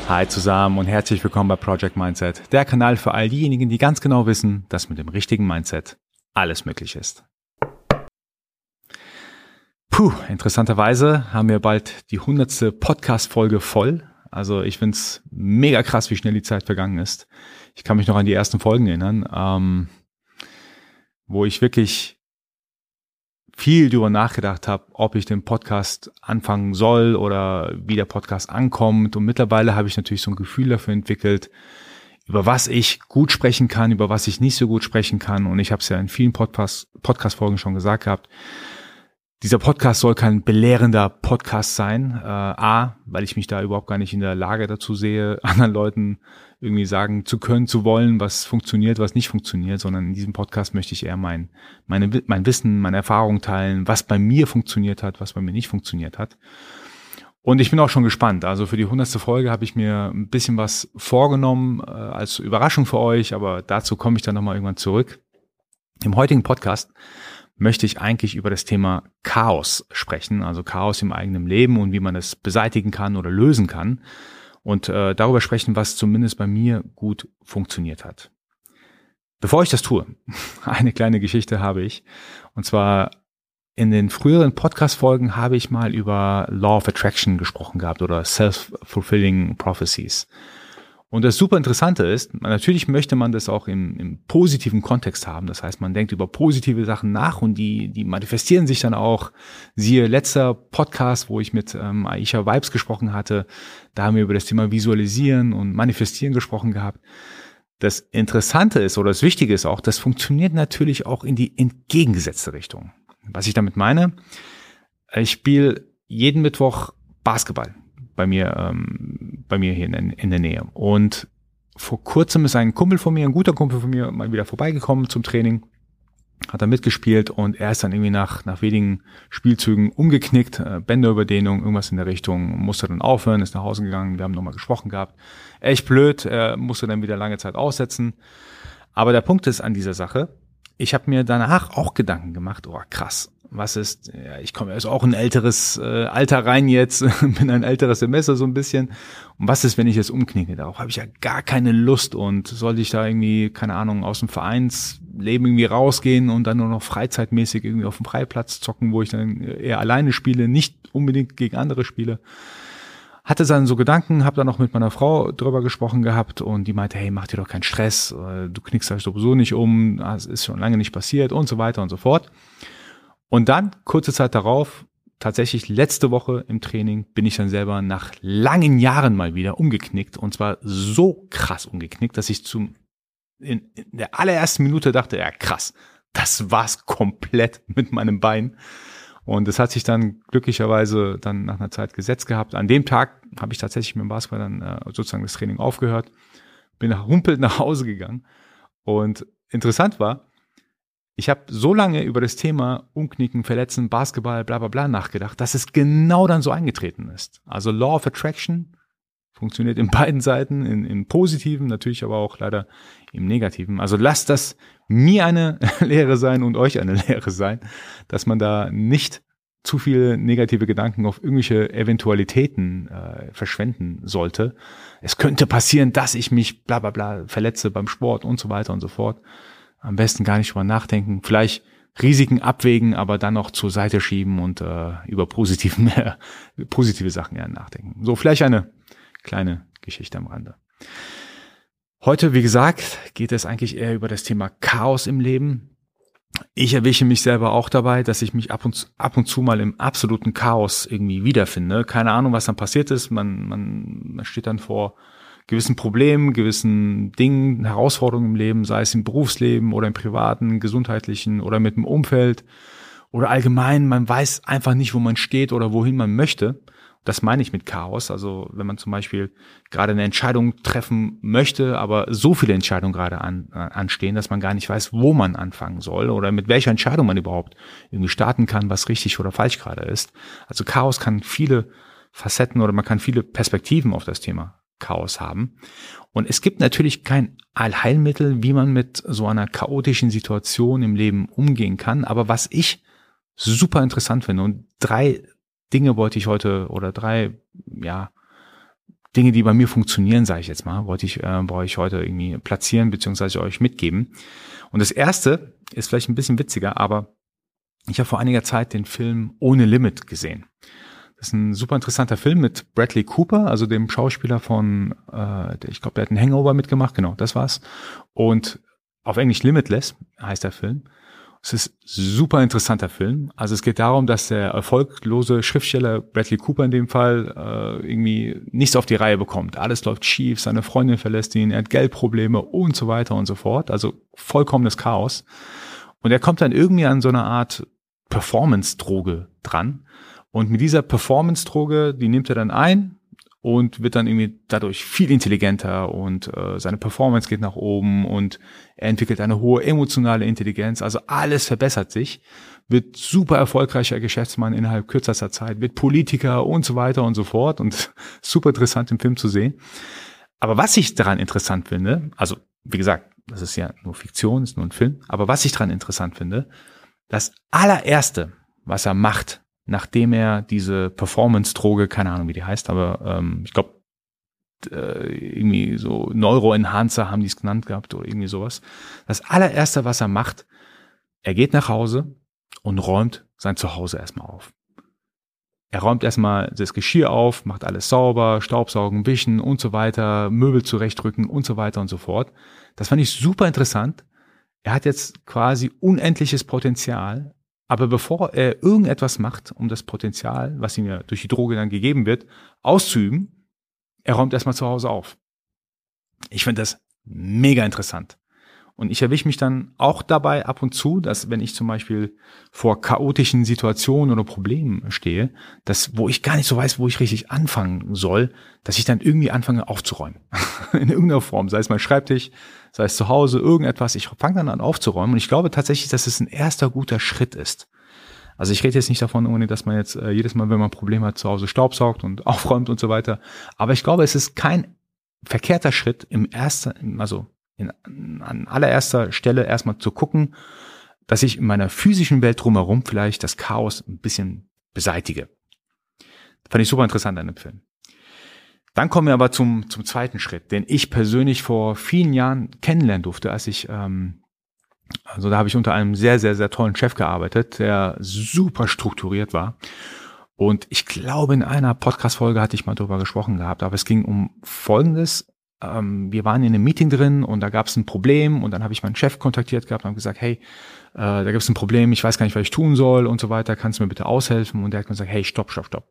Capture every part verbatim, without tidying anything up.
Hi zusammen und herzlich willkommen bei Project Mindset, der Kanal für all diejenigen, die ganz genau wissen, dass mit dem richtigen Mindset alles möglich ist. Puh, interessanterweise haben wir bald die hundertste Podcast-Folge voll. Also ich find's mega krass, wie schnell die Zeit vergangen ist. Ich kann mich noch an die ersten Folgen erinnern, ähm, wo ich wirklich viel darüber nachgedacht habe, ob ich den Podcast anfangen soll oder wie der Podcast ankommt. Und mittlerweile habe ich natürlich so ein Gefühl dafür entwickelt, über was ich gut sprechen kann, über was ich nicht so gut sprechen kann. Und ich habe es ja in vielen Podcast, Podcast-Folgen schon gesagt gehabt. Dieser Podcast soll kein belehrender Podcast sein. Äh, A, weil ich mich da überhaupt gar nicht in der Lage dazu sehe, anderen Leuten irgendwie sagen zu können, zu wollen, was funktioniert, was nicht funktioniert, sondern in diesem Podcast möchte ich eher mein, meine, mein Wissen, meine Erfahrung teilen, was bei mir funktioniert hat, was bei mir nicht funktioniert hat. Und ich bin auch schon gespannt. Also für die hundertste Folge habe ich mir ein bisschen was vorgenommen äh, als Überraschung für euch, aber dazu komme ich dann nochmal irgendwann zurück. Im heutigen Podcast möchte ich eigentlich über das Thema Chaos sprechen, also Chaos im eigenen Leben und wie man es beseitigen kann oder lösen kann und äh, darüber sprechen, was zumindest bei mir gut funktioniert hat. Bevor ich das tue, eine kleine Geschichte habe ich, und zwar in den früheren Podcast-Folgen habe ich mal über Law of Attraction gesprochen gehabt oder Self-Fulfilling Prophecies. Und das super Interessante ist, natürlich möchte man das auch im, im positiven Kontext haben. Das heißt, man denkt über positive Sachen nach und die, die manifestieren sich dann auch. Siehe letzter Podcast, wo ich mit ähm, Aisha Vibes gesprochen hatte. Da haben wir über das Thema Visualisieren und Manifestieren gesprochen gehabt. Das Interessante ist oder das Wichtige ist auch, das funktioniert natürlich auch in die entgegengesetzte Richtung. Was ich damit meine, ich spiele jeden Mittwoch Basketball. bei mir ähm, bei mir hier in, in der Nähe. Und vor kurzem ist ein Kumpel von mir, ein guter Kumpel von mir, mal wieder vorbeigekommen zum Training, hat da mitgespielt und er ist dann irgendwie nach nach wenigen Spielzügen umgeknickt, äh, Bänderüberdehnung, irgendwas in der Richtung, musste dann aufhören, ist nach Hause gegangen, wir haben nochmal gesprochen gehabt. Echt blöd, er musste dann wieder lange Zeit aussetzen. Aber der Punkt ist an dieser Sache, ich habe mir danach auch Gedanken gemacht, oh krass, was ist, ja, ich komme also auch ein älteres äh, Alter rein jetzt, bin ein älteres Semester so ein bisschen. Und was ist, wenn ich jetzt umknicke? Darauf habe ich ja gar keine Lust und sollte ich da irgendwie, keine Ahnung, aus dem Vereinsleben irgendwie rausgehen und dann nur noch freizeitmäßig irgendwie auf dem Freiplatz zocken, wo ich dann eher alleine spiele, nicht unbedingt gegen andere spiele. Hatte dann so Gedanken, habe dann noch mit meiner Frau drüber gesprochen gehabt und die meinte, hey, mach dir doch keinen Stress, du knickst euch sowieso nicht um, es ist schon lange nicht passiert und so weiter und so fort. Und dann, kurze Zeit darauf, tatsächlich letzte Woche im Training, bin ich dann selber nach langen Jahren mal wieder umgeknickt. Und zwar so krass umgeknickt, dass ich zum in, in der allerersten Minute dachte, ja krass, das war's komplett mit meinem Bein. Und das hat sich dann glücklicherweise dann nach einer Zeit gesetzt gehabt. An dem Tag habe ich tatsächlich mit dem Basketball dann äh, sozusagen das Training aufgehört, bin humpelnd nach Hause gegangen. Und interessant war, ich habe so lange über das Thema Umknicken, Verletzen, Basketball, bla bla bla nachgedacht, dass es genau dann so eingetreten ist. Also Law of Attraction funktioniert in beiden Seiten, in, im Positiven, natürlich aber auch leider im Negativen. Also lasst das mir eine Lehre sein und euch eine Lehre sein, dass man da nicht zu viele negative Gedanken auf irgendwelche Eventualitäten äh, verschwenden sollte. Es könnte passieren, dass ich mich bla bla bla verletze beim Sport und so weiter und so fort. Am besten gar nicht drüber nachdenken, vielleicht Risiken abwägen, aber dann noch zur Seite schieben und äh, über positiven, äh, positive Sachen eher nachdenken. So, vielleicht eine kleine Geschichte am Rande. Heute, wie gesagt, geht es eigentlich eher über das Thema Chaos im Leben. Ich erwische mich selber auch dabei, dass ich mich ab und, ab und zu mal im absoluten Chaos irgendwie wiederfinde. Keine Ahnung, was dann passiert ist. Man, man, man steht dann vor gewissen Problemen, gewissen Dingen, Herausforderungen im Leben, sei es im Berufsleben oder im privaten, gesundheitlichen oder mit dem Umfeld oder allgemein, man weiß einfach nicht, wo man steht oder wohin man möchte. Das meine ich mit Chaos. Also wenn man zum Beispiel gerade eine Entscheidung treffen möchte, aber so viele Entscheidungen gerade an, anstehen, dass man gar nicht weiß, wo man anfangen soll oder mit welcher Entscheidung man überhaupt irgendwie starten kann, was richtig oder falsch gerade ist. Also Chaos kann viele Facetten oder man kann viele Perspektiven auf das Thema Chaos haben. Und es gibt natürlich kein Allheilmittel, wie man mit so einer chaotischen Situation im Leben umgehen kann. Aber was ich super interessant finde und drei Dinge wollte ich heute oder drei, ja, Dinge, die bei mir funktionieren, sage ich jetzt mal, wollte ich äh, bei euch heute irgendwie platzieren beziehungsweise euch mitgeben. Und das erste ist vielleicht ein bisschen witziger, aber ich habe vor einiger Zeit den Film Ohne Limit gesehen. Das ist ein super interessanter Film mit Bradley Cooper, also dem Schauspieler von, äh, der, ich glaube, der hat einen Hangover mitgemacht, genau, das war's. Und auf Englisch Limitless heißt der Film. Es ist ein super interessanter Film. Also es geht darum, dass der erfolglose Schriftsteller Bradley Cooper in dem Fall äh, irgendwie nichts auf die Reihe bekommt. Alles läuft schief, seine Freundin verlässt ihn, er hat Geldprobleme und so weiter und so fort. Also vollkommenes Chaos. Und er kommt dann irgendwie an so eine Art Performance-Droge dran. Und mit dieser Performance-Droge, die nimmt er dann ein und wird dann irgendwie dadurch viel intelligenter und äh, seine Performance geht nach oben und er entwickelt eine hohe emotionale Intelligenz. Also alles verbessert sich, wird super erfolgreicher Geschäftsmann innerhalb kürzester Zeit, wird Politiker und so weiter und so fort und super interessant im Film zu sehen. Aber was ich daran interessant finde, also wie gesagt, das ist ja nur Fiktion, ist nur ein Film, aber was ich daran interessant finde, das allererste, was er macht, nachdem er diese Performance-Droge, keine Ahnung, wie die heißt, aber ähm, ich glaube, äh, irgendwie so Neuroenhancer haben die es genannt gehabt oder irgendwie sowas. Das allererste, was er macht, er geht nach Hause und räumt sein Zuhause erstmal auf. Er räumt erstmal das Geschirr auf, macht alles sauber, Staubsaugen, wischen und so weiter, Möbel zurechtrücken und so weiter und so fort. Das fand ich super interessant. Er hat jetzt quasi unendliches Potenzial, aber bevor er irgendetwas macht, um das Potenzial, was ihm ja durch die Droge dann gegeben wird, auszuüben, er räumt erstmal zu Hause auf. Ich finde das mega interessant. Und ich erwische mich dann auch dabei ab und zu, dass wenn ich zum Beispiel vor chaotischen Situationen oder Problemen stehe, dass, wo ich gar nicht so weiß, wo ich richtig anfangen soll, dass ich dann irgendwie anfange aufzuräumen. In irgendeiner Form, sei es mein Schreibtisch, sei es zu Hause, irgendetwas. Ich fange dann an aufzuräumen und ich glaube tatsächlich, dass es ein erster guter Schritt ist. Also ich rede jetzt nicht davon, ohne dass man jetzt äh, jedes Mal, wenn man Probleme hat, zu Hause staubsaugt und aufräumt und so weiter. Aber ich glaube, es ist kein verkehrter Schritt im ersten, also in, an allererster Stelle erstmal zu gucken, dass ich in meiner physischen Welt drumherum vielleicht das Chaos ein bisschen beseitige. Das fand ich super interessant an dem Film. Dann kommen wir aber zum, zum zweiten Schritt, den ich persönlich vor vielen Jahren kennenlernen durfte, als ich, ähm, also da habe ich unter einem sehr, sehr, sehr tollen Chef gearbeitet, der super strukturiert war. Und ich glaube, in einer Podcast-Folge hatte ich mal drüber gesprochen gehabt, aber es ging um Folgendes. Ähm, wir waren in einem Meeting drin und da gab es ein Problem und dann habe ich meinen Chef kontaktiert gehabt und habe gesagt, hey, äh, da gibt es ein Problem, ich weiß gar nicht, was ich tun soll und so weiter, kannst du mir bitte aushelfen? Und der hat mir gesagt, hey, stopp, stopp, stopp.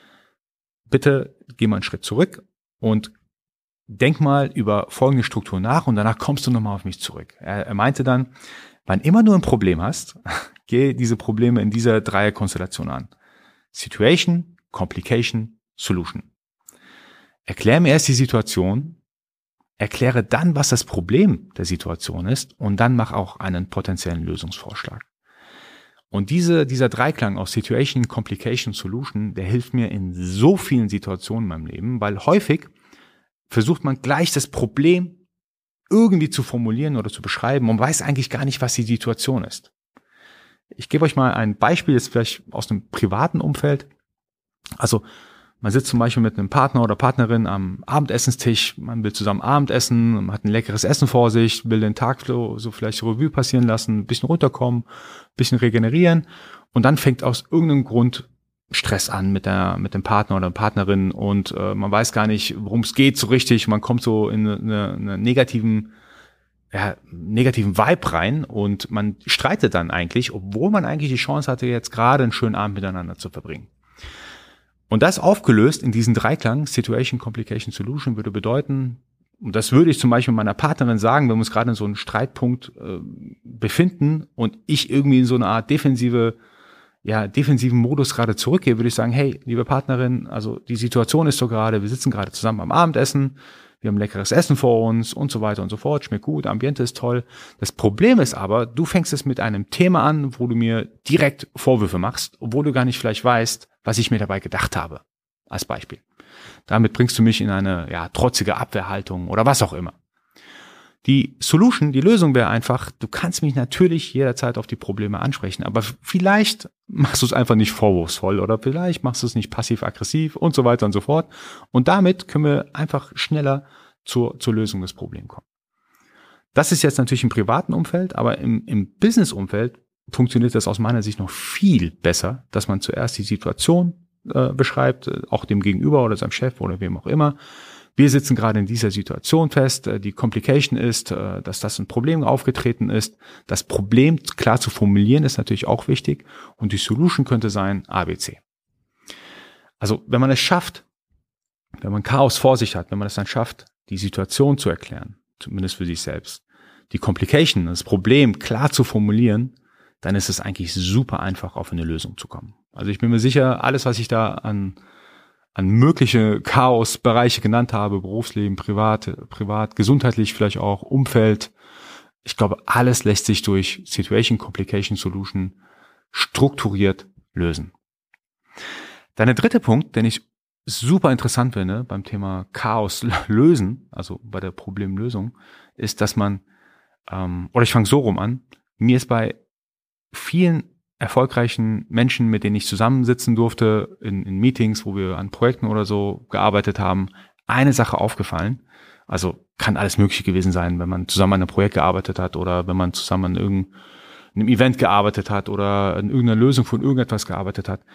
Bitte geh mal einen Schritt zurück und denk mal über folgende Struktur nach und danach kommst du nochmal auf mich zurück. Er, er meinte dann, wann immer du ein Problem hast, geh diese Probleme in dieser Dreierkonstellation an. Situation, Complication, Solution. Erklär mir erst die Situation, erkläre dann, was das Problem der Situation ist und dann mach auch einen potenziellen Lösungsvorschlag. Und diese, dieser Dreiklang aus Situation, Complication, Solution, der hilft mir in so vielen Situationen in meinem Leben, weil häufig versucht man gleich das Problem irgendwie zu formulieren oder zu beschreiben und weiß eigentlich gar nicht, was die Situation ist. Ich gebe euch mal ein Beispiel, jetzt vielleicht aus einem privaten Umfeld. Also man sitzt zum Beispiel mit einem Partner oder Partnerin am Abendessenstisch, man will zusammen Abendessen, man hat ein leckeres Essen vor sich, will den Tag so, so vielleicht Revue passieren lassen, ein bisschen runterkommen, ein bisschen regenerieren und dann fängt aus irgendeinem Grund Stress an mit der mit dem Partner oder der Partnerin und äh, man weiß gar nicht, worum es geht so richtig, man kommt so in eine, eine negativen ja, negativen Vibe rein und man streitet dann eigentlich, obwohl man eigentlich die Chance hatte, jetzt gerade einen schönen Abend miteinander zu verbringen. Und das aufgelöst in diesen Dreiklang, Situation, Complication, Solution, würde bedeuten, und das würde ich zum Beispiel meiner Partnerin sagen, wenn wir uns gerade in so einem Streitpunkt äh, befinden und ich irgendwie in so eine Art defensive, ja, defensiven Modus gerade zurückgehe, würde ich sagen, hey, liebe Partnerin, also die Situation ist so gerade, wir sitzen gerade zusammen am Abendessen, wir haben leckeres Essen vor uns und so weiter und so fort, schmeckt gut, Ambiente ist toll. Das Problem ist aber, du fängst es mit einem Thema an, wo du mir direkt Vorwürfe machst, obwohl du gar nicht vielleicht weißt, was ich mir dabei gedacht habe, als Beispiel. Damit bringst du mich in eine ja trotzige Abwehrhaltung oder was auch immer. Die Solution, die Lösung wäre einfach, du kannst mich natürlich jederzeit auf die Probleme ansprechen, aber vielleicht machst du es einfach nicht vorwurfsvoll oder vielleicht machst du es nicht passiv-aggressiv und so weiter und so fort. Und damit können wir einfach schneller zur, zur Lösung des Problems kommen. Das ist jetzt natürlich im privaten Umfeld, aber im, im Business-Umfeld funktioniert das aus meiner Sicht noch viel besser, dass man zuerst die Situation äh, beschreibt, äh, auch dem Gegenüber oder seinem Chef oder wem auch immer. Wir sitzen gerade in dieser Situation fest. Äh, die Complication ist, äh, dass das ein Problem aufgetreten ist. Das Problem klar zu formulieren ist natürlich auch wichtig und die Solution könnte sein A B C. Also wenn man es schafft, wenn man Chaos vor sich hat, wenn man es dann schafft, die Situation zu erklären, zumindest für sich selbst, die Complication, das Problem klar zu formulieren, dann ist es eigentlich super einfach, auf eine Lösung zu kommen. Also ich bin mir sicher, alles, was ich da an, an mögliche Chaosbereiche genannt habe, Berufsleben, privat, privat, gesundheitlich vielleicht auch, Umfeld, ich glaube, alles lässt sich durch Situation Complication Solution strukturiert lösen. Dann der dritte Punkt, den ich super interessant finde beim Thema Chaos lösen, also bei der Problemlösung, ist, dass man, ähm, oder ich fange so rum an, mir ist bei vielen erfolgreichen Menschen, mit denen ich zusammensitzen durfte, in, in Meetings, wo wir an Projekten oder so gearbeitet haben, eine Sache aufgefallen. Also kann alles Mögliche gewesen sein, wenn man zusammen an einem Projekt gearbeitet hat oder wenn man zusammen an irgendeinem Event gearbeitet hat oder an irgendeiner Lösung von irgendetwas gearbeitet hat.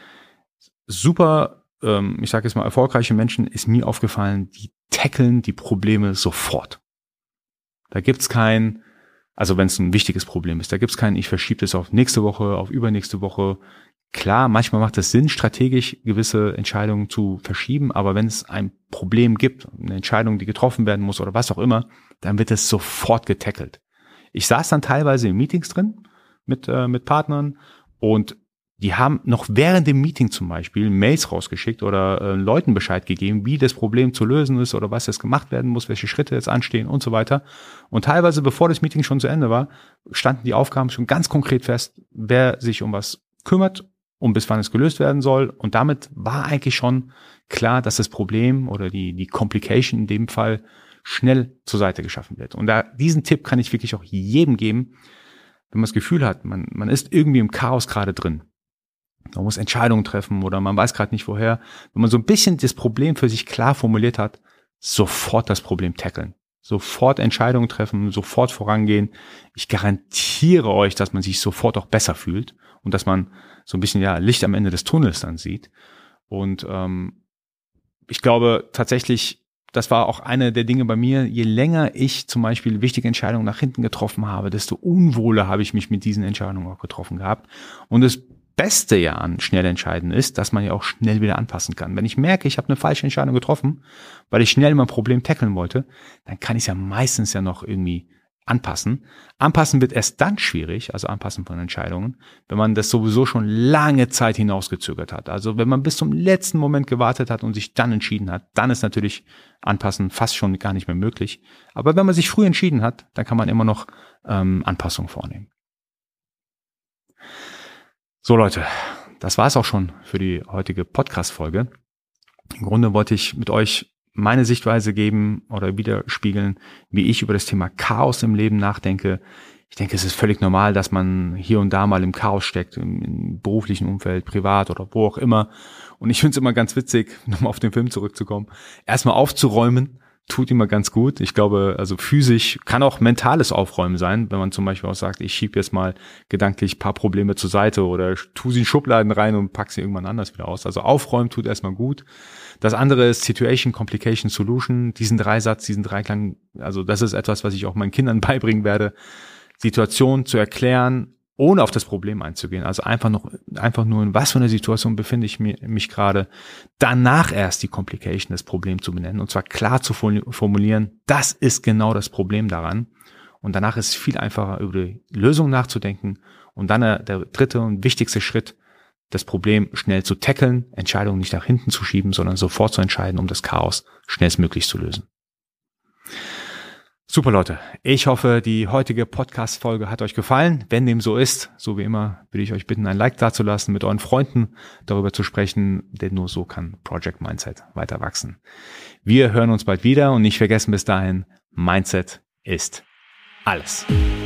Super, ähm, ich sage jetzt mal, erfolgreiche Menschen ist mir aufgefallen, die tackeln die Probleme sofort. Da gibt's kein Also wenn es ein wichtiges Problem ist, da gibt es keinen, ich verschiebe das auf nächste Woche, auf übernächste Woche. Klar, manchmal macht es Sinn, strategisch gewisse Entscheidungen zu verschieben, aber wenn es ein Problem gibt, eine Entscheidung, die getroffen werden muss oder was auch immer, dann wird es sofort getackelt. Ich saß dann teilweise in Meetings drin mit, äh, mit Partnern und die haben noch während dem Meeting zum Beispiel Mails rausgeschickt oder äh, Leuten Bescheid gegeben, wie das Problem zu lösen ist oder was jetzt gemacht werden muss, welche Schritte jetzt anstehen und so weiter. Und teilweise, bevor das Meeting schon zu Ende war, standen die Aufgaben schon ganz konkret fest, wer sich um was kümmert und bis wann es gelöst werden soll. Und damit war eigentlich schon klar, dass das Problem oder die, die Complication in dem Fall schnell zur Seite geschaffen wird. Und da, diesen Tipp kann ich wirklich auch jedem geben, wenn man das Gefühl hat, man, man ist irgendwie im Chaos gerade drin. Man muss Entscheidungen treffen oder man weiß gerade nicht woher. Wenn man so ein bisschen das Problem für sich klar formuliert hat, sofort das Problem tackeln. Sofort Entscheidungen treffen, sofort vorangehen. Ich garantiere euch, dass man sich sofort auch besser fühlt und dass man so ein bisschen ja Licht am Ende des Tunnels dann sieht. Und ähm, ich glaube tatsächlich, das war auch eine der Dinge bei mir, je länger ich zum Beispiel wichtige Entscheidungen nach hinten getroffen habe, desto unwohler habe ich mich mit diesen Entscheidungen auch getroffen gehabt. Und das Beste ja an schnell entscheiden ist, dass man ja auch schnell wieder anpassen kann. Wenn ich merke, ich habe eine falsche Entscheidung getroffen, weil ich schnell mein Problem tackeln wollte, dann kann ich es ja meistens ja noch irgendwie anpassen. Anpassen wird erst dann schwierig, also Anpassen von Entscheidungen, wenn man das sowieso schon lange Zeit hinausgezögert hat. Also wenn man bis zum letzten Moment gewartet hat und sich dann entschieden hat, dann ist natürlich Anpassen fast schon gar nicht mehr möglich. Aber wenn man sich früh entschieden hat, dann kann man immer noch ähm, Anpassungen vornehmen. So Leute, das war es auch schon für die heutige Podcast-Folge. Im Grunde wollte ich mit euch meine Sichtweise geben oder widerspiegeln, wie ich über das Thema Chaos im Leben nachdenke. Ich denke, es ist völlig normal, dass man hier und da mal im Chaos steckt, im, im beruflichen Umfeld, privat oder wo auch immer. Und ich finde es immer ganz witzig, nochmal auf den Film zurückzukommen, erstmal aufzuräumen, tut immer ganz gut. Ich glaube, also physisch kann auch mentales Aufräumen sein, wenn man zum Beispiel auch sagt, ich schiebe jetzt mal gedanklich ein paar Probleme zur Seite oder tu sie in Schubladen rein und pack sie irgendwann anders wieder aus. Also aufräumen tut erstmal gut. Das andere ist Situation, Complication, Solution. Diesen Dreisatz, diesen Dreiklang, also das ist etwas, was ich auch meinen Kindern beibringen werde. Situation zu erklären, ohne auf das Problem einzugehen. Also einfach noch, einfach nur in was für einer Situation befinde ich mich, mich gerade. Danach erst die Complication, das Problem zu benennen und zwar klar zu formulieren, das ist genau das Problem daran. Und danach ist es viel einfacher, über die Lösung nachzudenken. Und dann der, der dritte und wichtigste Schritt, das Problem schnell zu tackeln, Entscheidungen nicht nach hinten zu schieben, sondern sofort zu entscheiden, um das Chaos schnellstmöglich zu lösen. Super Leute, ich hoffe, die heutige Podcast-Folge hat euch gefallen. Wenn dem so ist, so wie immer, würde ich euch bitten, ein Like dazulassen, mit euren Freunden darüber zu sprechen, denn nur so kann Project Mindset weiter wachsen. Wir hören uns bald wieder und nicht vergessen bis dahin, Mindset ist alles.